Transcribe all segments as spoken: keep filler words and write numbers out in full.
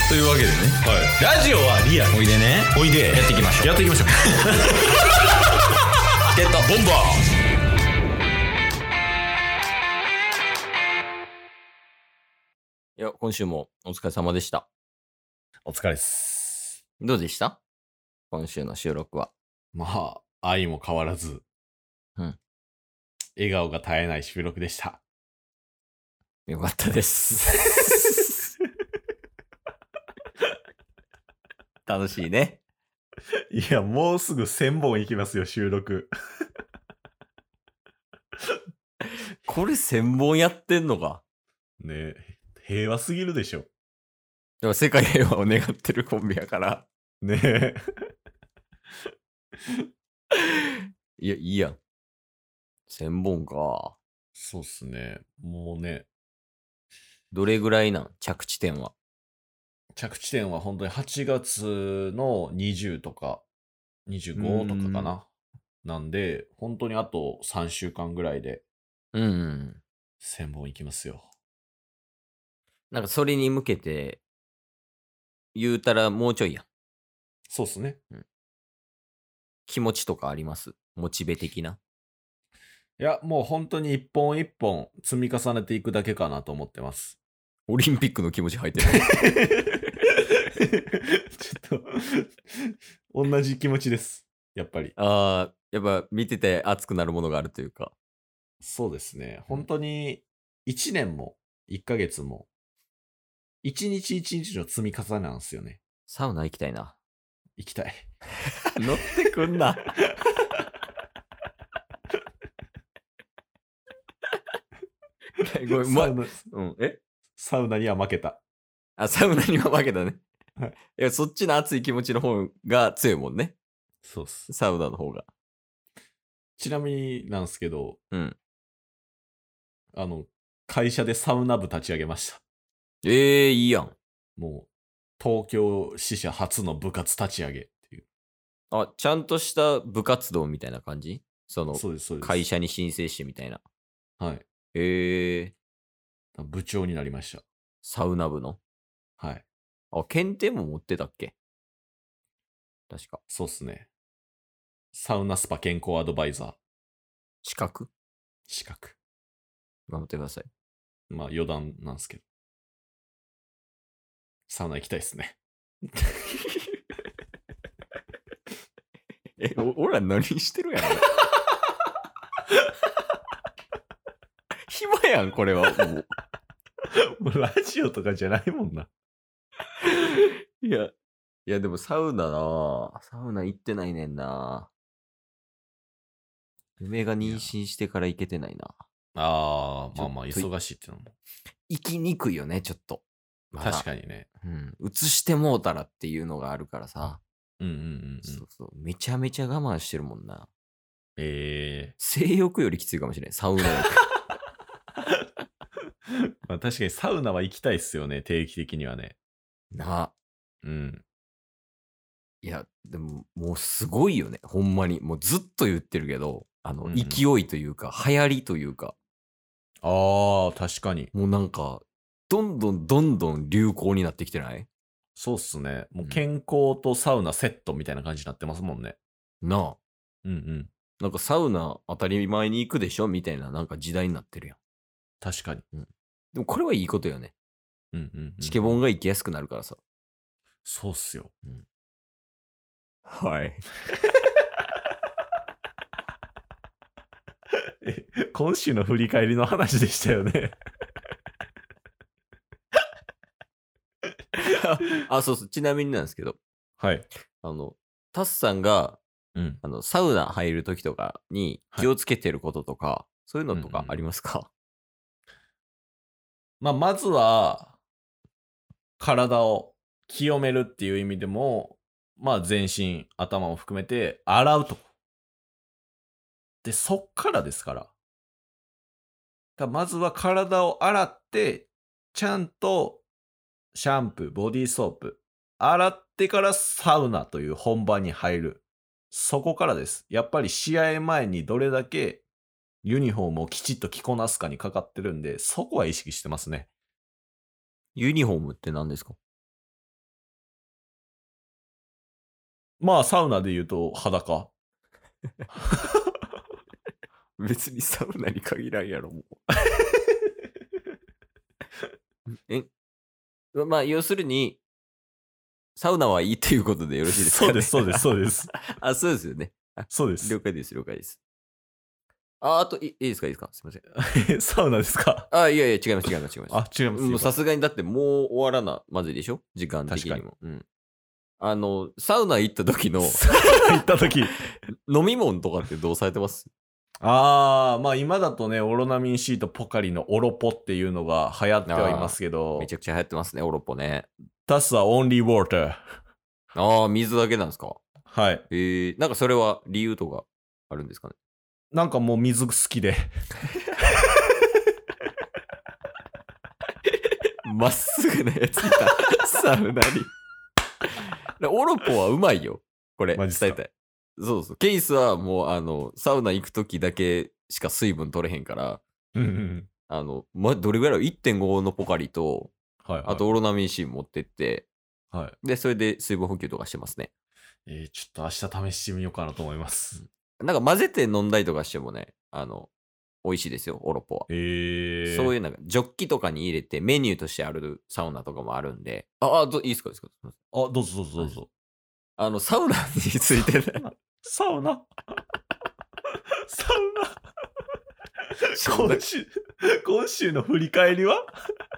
というわけでね、 はい、ラジオはリアル。 おいでね、 おいでやっていきましょう。 やっていきましょう。 ゲットボンバー。いや、今週もお疲れ様でした。 お疲れっす。 どうでした今週の収録は。 まあ、愛も変わらず、 うん。 笑顔が絶えない収録でした。 よかったです。楽しいね。 いや、もうすぐせんぼんいきますよ、収録。 これせんぼんやってんのか。 ねえ、平和すぎるでしょ。 でも世界平和を願ってるコンビやから。 ねえ。 いや、いいやん。せんぼんか。 そうっすね。もうね、 どれぐらいなん着地点は。 着地点は本当にはちがつのにじゅうとか、にじゅうごとかかな。なんで、本当にあとさんしゅうかんぐらいで、 うん、うん。 せんぼんいきますよ。 なんかそれに向けて、言うたらもうちょいやん。 そうっすね。 うん、気持ちとかありますモチベ的な。 いや、もう本当に一本一本積み重ねていくだけかなと思ってます。 オリンピックの気持ち入ってる。 ちょっと、同じ気持ちです。やっぱり。 ああ、やっぱ見てて熱くなるものがあるというか。 そうですね。本当にいちねんもいっかげつも、一日一日の積み重ねなんですよね。 サウナ行きたいな。 行きたい。 乗ってくんな。ごめん、ま、 サウナ、 うん、えサウナには負けた。 あ、サウナには負けたね。 はい。 いや、そっちの熱い気持ちの方が強いもんね。 そうっす。 サウナの方が。 ちなみになんですけど、 うん。 あの、会社でサウナ部立ち上げました。 ええー、いいやん。 もう、東京支社初の部活立ち上げっていう。 あ、ちゃんとした部活動みたいな感じその、 そうです、そうです。 会社に申請してみたいな。 はい。 ええー、 部長になりました。 サウナ部の。 はい。 あ、検定も持ってたっけ確か。 そうっすね。サウナスパ健康アドバイザー。 資格資格。 頑張ってください。 まあ余談なんですけど。サウナ行きたいっすね。 え、お、俺ら何してるやん。暇やん、これは。もう。 もうラジオとかじゃないもんな。 いや、いやでもサウナなぁ。サウナ行ってないねんな。嫁が妊娠してから行けてないな。 ああ、まあまあちょっと忙しいってのも。 行きにくいよね、ちょっと。まだ確かにね。 うん。移してもうたらっていうのがあるからさ。 うんうんうんうんそう。そう。めちゃめちゃ我慢してるもんな。 ええ性欲よりきついかもしれん。サウナ浴。 まあ確かにサウナは行きたいっすよね、定期的にはね。 なあ。 うん。 いや、でも、もうすごいよね。ほんまに。もうずっと言ってるけど、あの、 うんうん勢いというか、流行りというか、 ああ、確かに。 もうなんか、どんどんどんどん流行になってきてないそうっすね。もううん健康とサウナセットみたいな感じになってますもんね。 なあ。 うんうん。 なんかサウナ当たり前に行くでしょみたいななんか時代になってるやん。 確かに。 でもこれはいいことよね。 うんうんうんうん。 チケボンが行きやすくなるからさ。 そうっすよ。 うん、はい。 え今週の振り返りの話でしたよね。 あ、そうそう。ちなみになんですけど、 はい。 あの、タスさんが、 うん。 あの、サウナ入るときとかにはい気をつけてることとか、そういうのとかあうんうんうんりますか、 まあ、まずは、体を清めるっていう意味でも、まあ、全身、頭を含めて、洗うと。で、そっからですから。だまずは体を洗って、ちゃんとシャンプー、ボディーソープ、洗ってからサウナという本番に入る。そこからです。やっぱり試合前にどれだけユニフォームをきちっと着こなすかにかかってるんで、そこは意識してますね。 ユニフォームって何ですかまあサウナで言うと裸。 別にサウナに限らんやろ、もう。え、まあ、要するに、サウナはいいということでよろしいですか、ね、 そうです、そうです、そうです。 あ、そうですよね。 そうです。 了解です、了解です。あ、あとい、いいですか、いいですか、すみません。 サウナですか？ あ、いやいや、違います、違います、違います。 あ、違います。 もうさすがに、だってもう終わらな、まずいでしょ時間的にも。うん。あの、サウナ行った時の、 サウナ行った時飲み物とかってどうされてます？ あー、まあ今だとね、オロナミン C とポカリのオロポっていうのが流行ってはいますけど、 めちゃくちゃ流行ってますね、オロポね。 タスはオンリーウォーター。 ああ、水だけなんですか？ はい。 えー、なんかそれは理由とかあるんですかね？ なんかもう水好きで。 まっすぐなやついた。サウナに。オロポはうまいよ。これ、伝えたい。そうそう。ケイスはもう、あの、サウナ行くときだけしか水分取れへんから、 うんうん、 あの、ま、どれぐらい いってんご のポカリと、 はいはい、 あとオロナミン C 持ってって、 はい、 で、それで水分補給とかしてますね。 えー、ちょっと明日試してみようかなと思います。 なんか混ぜて飲んだりとかしてもね、あの、美味しいですよ、オロポは。 えー、 そういうなんか、ジョッキとかに入れてメニューとしてあるサウナとかもあるんで。あ、あ、どいいですか、いいですか。 あ、どうぞどうぞどうぞ。 あの、サウナについてない。 サウナサウナ今週、今週の振り返りは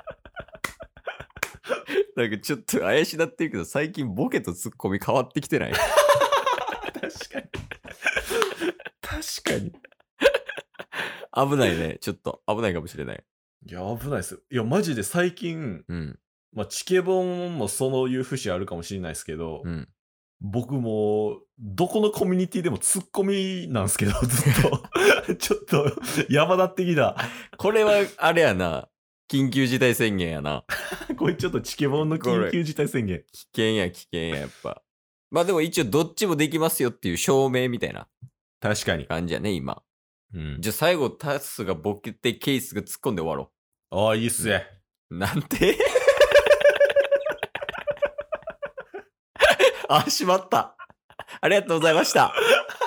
なんかちょっと怪しなってるけど、最近ボケとツッコミ変わってきてない？ 確かに。確かに。 危ないね。ちょっと危ないかもしれない。 いや、危ないです。いや、マジで最近、 うん。 まあ、チケボンもそういう節あるかもしれないですけど、 うん。 僕も、どこのコミュニティでもツッコミなんですけど、ずっと。ちょっと、やばなってきた。 これは、あれやな。緊急事態宣言やな。 これちょっとチケボンの緊急事態宣言。 危険や、危険や、やっぱ。まあでも一応どっちもできますよっていう証明みたいな。 確かに。 感じやね、今。 うん。 じゃあ最後、タスがボケてケースが突っ込んで終わろう。ああ、いいっすね。 なんてあ、しまった。ありがとうございました。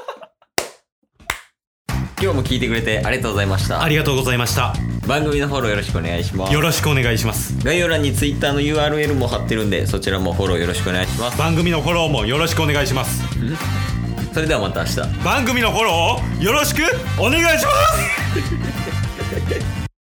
今日も聞いてくれてありがとうございました。 ありがとうございました。 番組のフォローよろしくお願いします。 よろしくお願いします。 概要欄に Twitter の ユーアールエル も貼ってるんで、そちらもフォローよろしくお願いします。 番組のフォローもよろしくお願いします。 それではまた明日。 番組のフォローをよろしくお願いします。